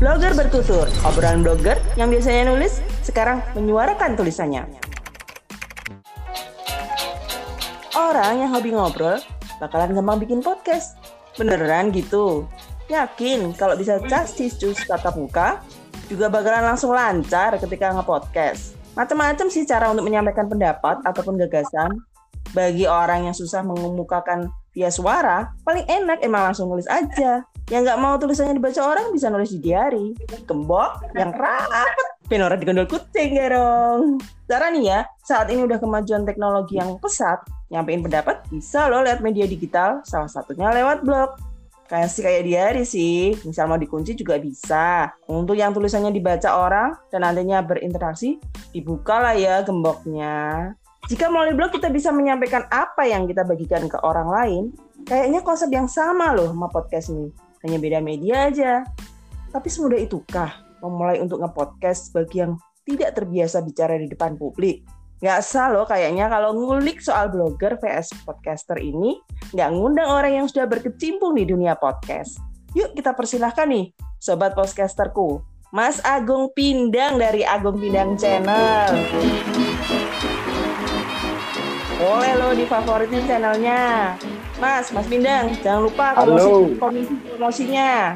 Blogger bertutur, obrolan blogger yang biasanya nulis, sekarang menyuarakan tulisannya. Orang yang hobi ngobrol, bakalan gampang bikin podcast. Beneran gitu? Yakin kalau bisa cus tatap muka, juga bakalan langsung lancar ketika nge-podcast. Macam-macam sih cara untuk menyampaikan pendapat ataupun gagasan. Bagi orang yang susah mengemukakan via suara, paling enak emang langsung nulis aja. Yang nggak mau tulisannya dibaca orang bisa nulis di diary. Gembok yang rapet, penora digondol kucing ya dong. Cara nih ya, saat ini udah kemajuan teknologi yang pesat, nyampein pendapat bisa loh lewat media digital, salah satunya lewat blog. Kayak diary sih, misal mau dikunci juga bisa. Untuk yang tulisannya dibaca orang dan nantinya berinteraksi, dibuka lah ya gemboknya. Jika melalui blog kita bisa menyampaikan apa yang kita bagikan ke orang lain, kayaknya konsep yang sama loh sama podcast ini. Hanya beda media aja. Tapi semudah itukah memulai untuk nge-podcast bagi yang tidak terbiasa bicara di depan publik? Nggak sah loh kayaknya kalau ngulik soal blogger vs podcaster ini, nggak ngundang orang yang sudah berkecimpung di dunia podcast. Yuk kita persilahkan nih, sobat podcasterku, Mas Agung Pindang dari Agung Pindang Channel. Boleh lo difavoritin channelnya. Mas Pindang, jangan lupa komisi promosinya.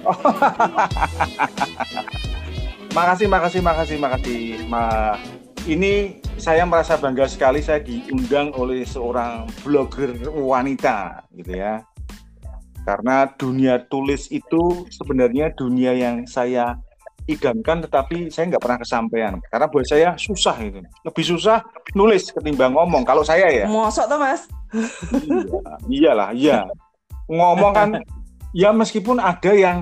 Makasih. Ini saya merasa bangga sekali saya diundang oleh seorang blogger wanita gitu ya. Karena dunia tulis itu sebenarnya dunia yang saya idamkan, tetapi saya nggak pernah kesampaian. Karena buat saya susah itu. Lebih susah nulis ketimbang ngomong. Kalau saya ya. Mosok toh Mas? Iya. Ngomong kan, ya meskipun ada yang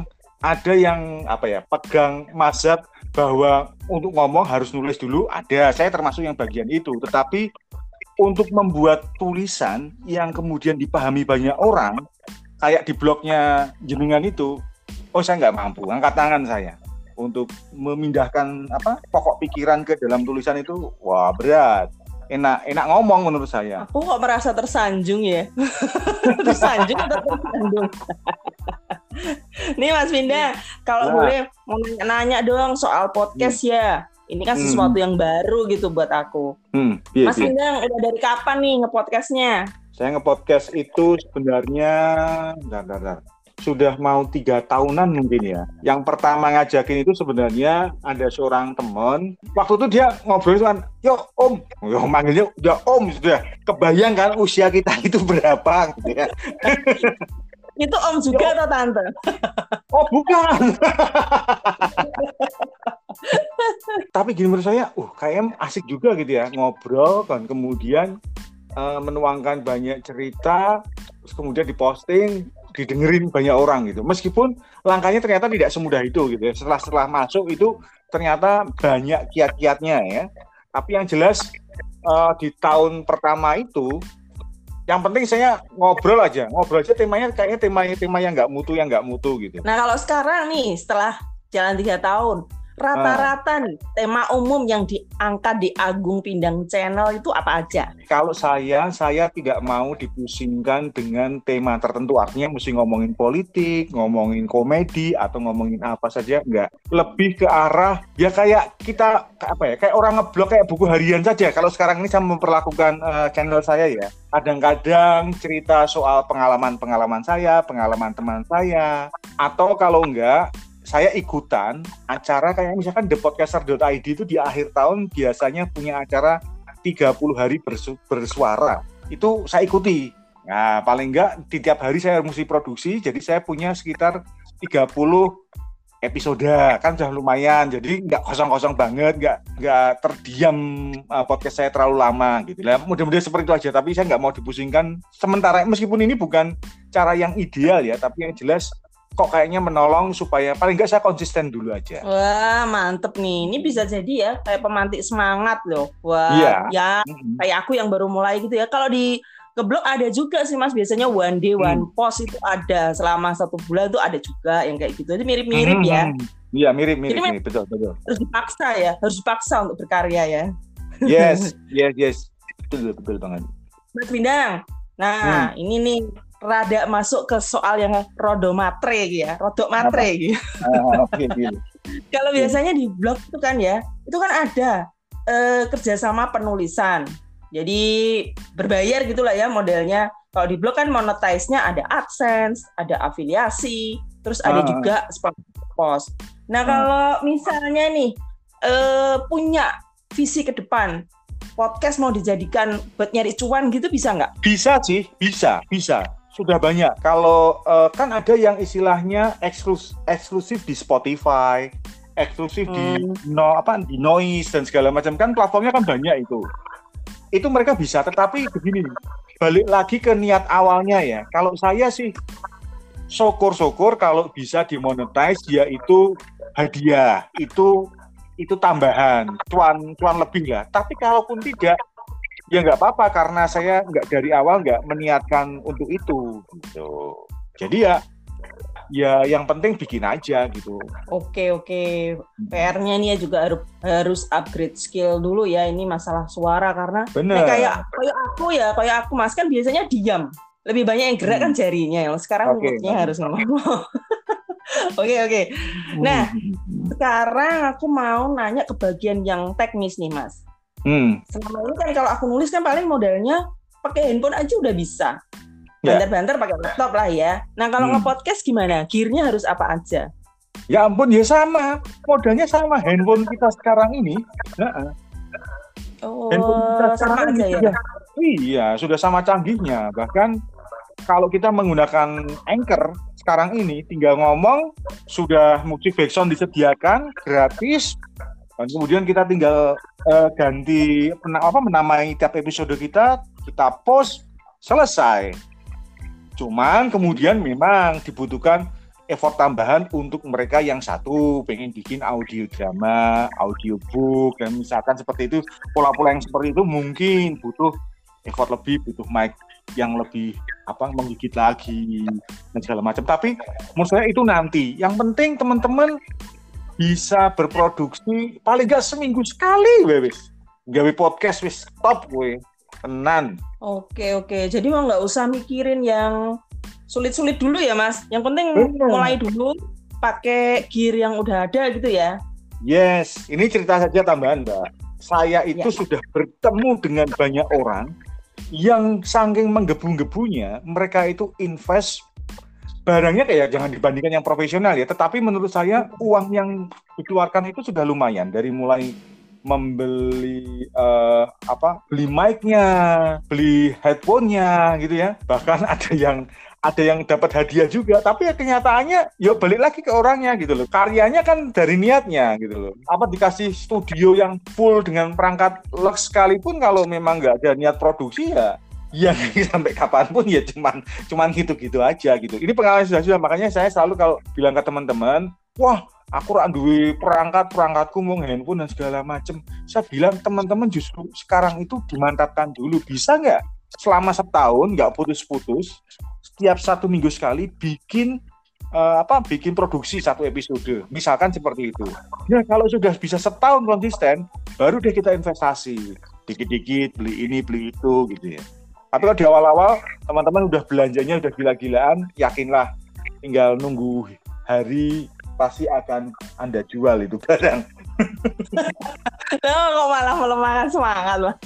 pegang mazhab bahwa untuk ngomong harus nulis dulu, ada. Saya termasuk yang bagian itu. Tetapi untuk membuat tulisan yang kemudian dipahami banyak orang, kayak di blognya jenengan itu, saya nggak mampu. Angkat tangan saya. Untuk memindahkan pokok pikiran ke dalam tulisan itu, wah berat. Enak ngomong menurut saya. Aku kok merasa tersanjung ya. Tersanjung atau tersandung? Nih Mas Pindang, kalau boleh mau nanya dong soal podcast ya. Ini kan sesuatu yang baru gitu buat aku. Mas Pindang, udah dari kapan nih nge-podcastnya? Saya nge-podcast itu sebenarnya sudah mau 3 tahunan mungkin ya. Yang pertama ngajakin itu sebenarnya ada seorang teman. Waktu itu dia ngobrol kan, yo om, manggilnya udah om, sudah kebayang kan usia kita itu berapa gitu ya. Itu om juga atau tante? Oh bukan. Tapi gini menurut saya, kayaknya asik juga gitu ya ngobrol kan, kemudian menuangkan banyak cerita, terus kemudian diposting, didengerin banyak orang gitu. Meskipun langkahnya ternyata tidak semudah itu gitu ya. Setelah masuk itu ternyata banyak kiat-kiatnya ya. Tapi yang jelas di tahun pertama itu yang penting saya ngobrol aja temanya kayaknya tema yang nggak mutu gitu. Nah kalau sekarang nih setelah jalan 3 tahun, rata-rata nih tema umum yang diangkat di Agung Pindang Channel itu apa aja? Kalau saya tidak mau dipusingkan dengan tema tertentu, artinya mesti ngomongin politik, ngomongin komedi atau ngomongin apa saja, enggak. Lebih ke arah ya kayak kita kayak orang ngeblog kayak buku harian saja. Kalau sekarang ini saya memperlakukan channel saya ya, kadang-kadang cerita soal pengalaman saya, pengalaman teman saya, atau kalau enggak saya ikutan acara kayak misalkan thepodcaster.id itu di akhir tahun biasanya punya acara 30 hari bersuara. Itu saya ikuti. Nah, paling enggak di tiap hari saya mesti produksi, jadi saya punya sekitar 30 episode. Kan sudah lumayan, jadi enggak kosong-kosong banget, enggak terdiam podcast saya terlalu lama gitu. Lah, mudah-mudahan seperti itu aja, tapi saya enggak mau dipusingkan sementara, meskipun ini bukan cara yang ideal ya, tapi yang jelas kok kayaknya menolong supaya paling nggak saya konsisten dulu aja. Wah mantep nih, ini bisa jadi ya kayak pemantik semangat loh. Wah ya kayak aku yang baru mulai gitu ya. Kalau di blog ada juga sih Mas, biasanya one day one post itu ada selama 1 bulan tuh ada juga yang kayak gitu. Itu mirip-mirip ya. Iya mirip betul. Harus dipaksa untuk berkarya ya. Yes betul banget. Mas Pindang, nah ini nih rada masuk ke soal yang rodok matre gitu. Oke, gitu. Kalau biasanya di blog itu kan ya, itu kan ada kerjasama penulisan. Jadi berbayar gitulah ya modelnya. Kalau di blog kan monetize-nya ada AdSense, ada afiliasi, terus ada juga post. Nah kalau misalnya nih punya visi ke depan, podcast mau dijadikan buat nyari cuan gitu bisa nggak? Bisa sih, bisa. Sudah banyak. Kalau kan ada yang istilahnya eksklusif di Spotify, eksklusif di Noise dan segala macam, kan platformnya kan banyak itu. Itu mereka bisa, tetapi begini, balik lagi ke niat awalnya ya. Kalau saya sih syukur kalau bisa dimonetize, yaitu hadiah, itu tambahan, cuan lebih lah. Tapi kalaupun tidak, ya nggak apa-apa, karena saya nggak dari awal nggak meniatkan untuk itu gitu. Jadi ya yang penting bikin aja gitu. Oke. PR-nya nih ya juga harus upgrade skill dulu ya, ini masalah suara karena kayak aku Mas kan biasanya diam. Lebih banyak yang gerak kan jarinya. Sekarang mulutnya harus ngomong. Oke. Nah, sekarang aku mau nanya ke bagian yang teknis nih, Mas. Selama ini kan kalau aku nulis kan paling modalnya pakai handphone aja udah bisa. Banter-banter pakai laptop lah ya. Nah, kalau nge-podcast gimana? Gear-nya harus apa aja? Ya ampun, ya sama. Modalnya sama. Handphone kita sekarang ini. Handphone kita sekarang sama aja ya? Iya, sudah sama canggihnya. Bahkan kalau kita menggunakan Anchor sekarang ini, tinggal ngomong, sudah musik background disediakan, gratis, dan kemudian kita tinggal ganti menamai tiap episode kita post, selesai. Cuman kemudian memang dibutuhkan effort tambahan untuk mereka yang satu pengen bikin audio drama, audiobook, dan misalkan seperti itu, pola-pola yang seperti itu mungkin butuh effort lebih, butuh mic yang lebih menggigit lagi dan segala macam. Tapi menurut saya itu nanti. Yang penting teman-teman bisa berproduksi paling nggak seminggu sekali, wes. Gawe podcast wis top gue. Tenan. Oke. Jadi mau nggak usah mikirin yang sulit-sulit dulu ya, Mas. Yang penting mulai dulu pakai gear yang udah ada gitu ya. Yes, ini cerita saja tambahan, Mbak. Saya itu sudah bertemu dengan banyak orang yang saking menggebu-gebunya, mereka itu invest barangnya kayak jangan dibandingkan yang profesional ya, tetapi menurut saya uang yang dikeluarkan itu sudah lumayan, dari mulai membeli beli mic-nya, beli headphone-nya gitu ya. Bahkan ada yang dapat hadiah juga, tapi ya kenyataannya ya balik lagi ke orangnya gitu loh. Karyanya kan dari niatnya gitu loh. Dikasih studio yang full dengan perangkat lux sekalipun kalau memang nggak ada niat produksi ya sampai kapanpun ya cuman gitu-gitu aja gitu. Ini pengalaman sudah, makanya saya selalu kalau bilang ke teman-teman, wah aku duwe perangkatku mau handphone dan segala macem. Saya bilang teman-teman justru sekarang itu dimantapkan dulu, bisa nggak selama setahun nggak putus-putus, setiap 1 minggu sekali bikin produksi 1 episode, misalkan seperti itu. Nah kalau sudah bisa setahun konsisten, baru deh kita investasi dikit-dikit, beli ini beli itu gitu ya. Tapi kalau di awal-awal teman-teman udah belanjanya udah gila-gilaan, yakinlah tinggal nunggu hari pasti akan Anda jual itu barang. Kok malah melemahkan semangat, Mas.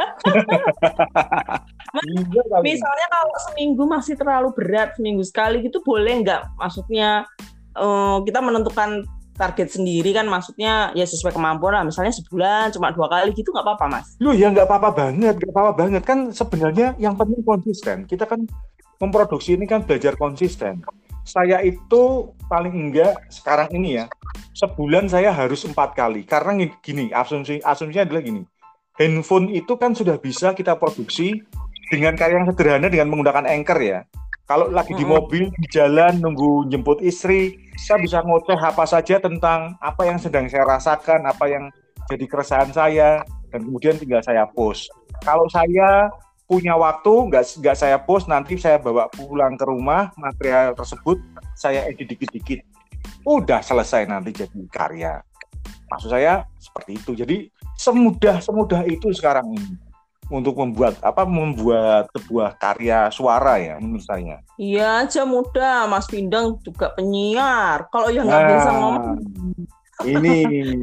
Misalnya kalau seminggu masih terlalu berat, seminggu sekali gitu boleh nggak? Maksudnya kita menentukan target sendiri kan, maksudnya ya sesuai kemampuan lah. Misalnya sebulan cuma 2 kali gitu nggak apa-apa, Mas? Loh ya nggak apa-apa banget kan, sebenarnya yang penting konsisten. Kita kan memproduksi ini kan belajar konsisten. Saya itu paling enggak sekarang ini ya, sebulan saya harus 4 kali. Karena gini, asumsinya adalah gini. Handphone itu kan sudah bisa kita produksi dengan karya yang sederhana dengan menggunakan Anchor ya. Kalau lagi di mobil, di jalan, nunggu jemput istri, saya bisa ngoceh apa saja tentang apa yang sedang saya rasakan, apa yang jadi keresahan saya, dan kemudian tinggal saya post. Kalau saya punya waktu, nggak saya post, nanti saya bawa pulang ke rumah, material tersebut saya edit dikit-dikit. Udah selesai nanti jadi karya. Maksud saya seperti itu. Jadi semudah itu sekarang ini. untuk membuat sebuah karya suara ya menurut saya. Iya aja mudah, Mas Pindang juga penyiar. Kalau yang nggak biasa ngomong, ini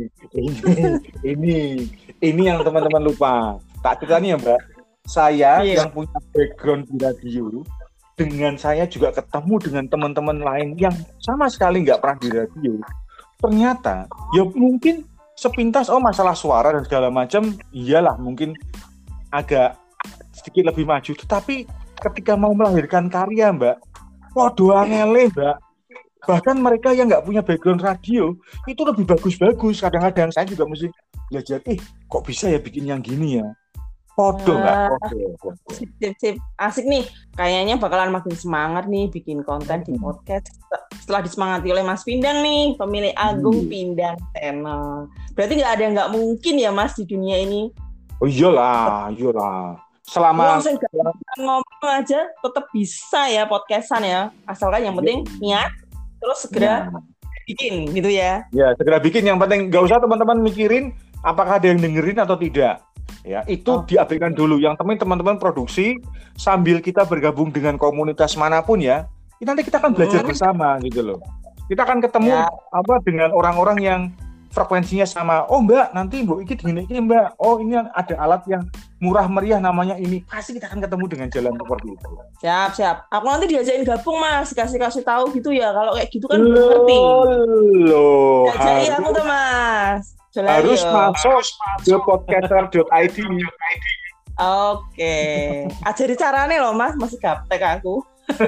ini yang teman-teman lupa. Tak cerita nih ya Mbak, saya yang punya background di radio, dengan saya juga ketemu dengan teman-teman lain yang sama sekali nggak pernah di radio. Ternyata ya mungkin sepintas masalah suara dan segala macam, iyalah mungkin agak sedikit lebih maju, tetapi ketika mau melahirkan karya Mbak, waduh angele Mbak, bahkan mereka yang nggak punya background radio itu lebih bagus-bagus. Kadang-kadang saya juga mesti belajar, kok bisa ya bikin yang gini ya, podo Mbak, podo. Sip. Asik nih, kayaknya bakalan makin semangat nih bikin konten di podcast setelah disemangati oleh Mas Pindang nih, pemilik Agung Pindang Channel. Berarti nggak ada yang nggak mungkin ya Mas di dunia ini. Oh iyalah. Selama ngomong aja tetap bisa ya podcastan ya. Asalkan yang penting niat, terus segera bikin gitu ya. Ya, segera bikin. Yang penting nggak usah teman-teman mikirin apakah ada yang dengerin atau tidak. Ya, itu diabaikan dulu. Yang penting teman-teman produksi sambil kita bergabung dengan komunitas manapun ya. Nanti kita akan belajar bersama gitu loh. Kita akan ketemu dengan orang-orang yang frekuensinya sama. Oh Mbak, nanti Mbak Iki gini Mbak. Oh ini ada alat yang murah meriah namanya ini. Pasti kita akan ketemu dengan jalan seperti itu. Siap. Aku nanti diajakin gabung Mas, kasih tahu gitu ya. Kalau kayak gitu kan belum ngerti. Loh. Diajakin aku tuh Mas. Harus masuk ke podcaster.id. Oke. Ajari caranya loh Mas, masih gaptek aku.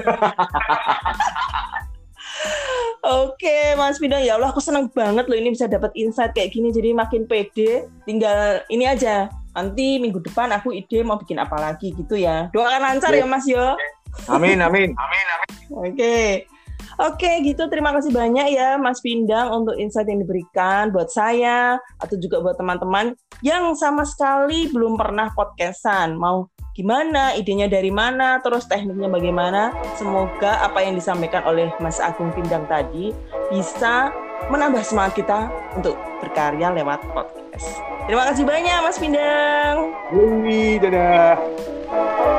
Oke, Mas Pindang, ya Allah aku senang banget loh ini bisa dapat insight kayak gini, jadi makin pede. Tinggal ini aja, nanti minggu depan aku ide mau bikin apa lagi gitu ya. Doakan lancar ya Mas yo. Amin. Oke, gitu. Terima kasih banyak ya Mas Pindang untuk insight yang diberikan buat saya atau juga buat teman-teman yang sama sekali belum pernah podcastan. Mau gimana, idenya dari mana, terus tekniknya bagaimana. Semoga apa yang disampaikan oleh Mas Agung Pindang tadi bisa menambah semangat kita untuk berkarya lewat podcast. Terima kasih banyak Mas Pindang. Dadah.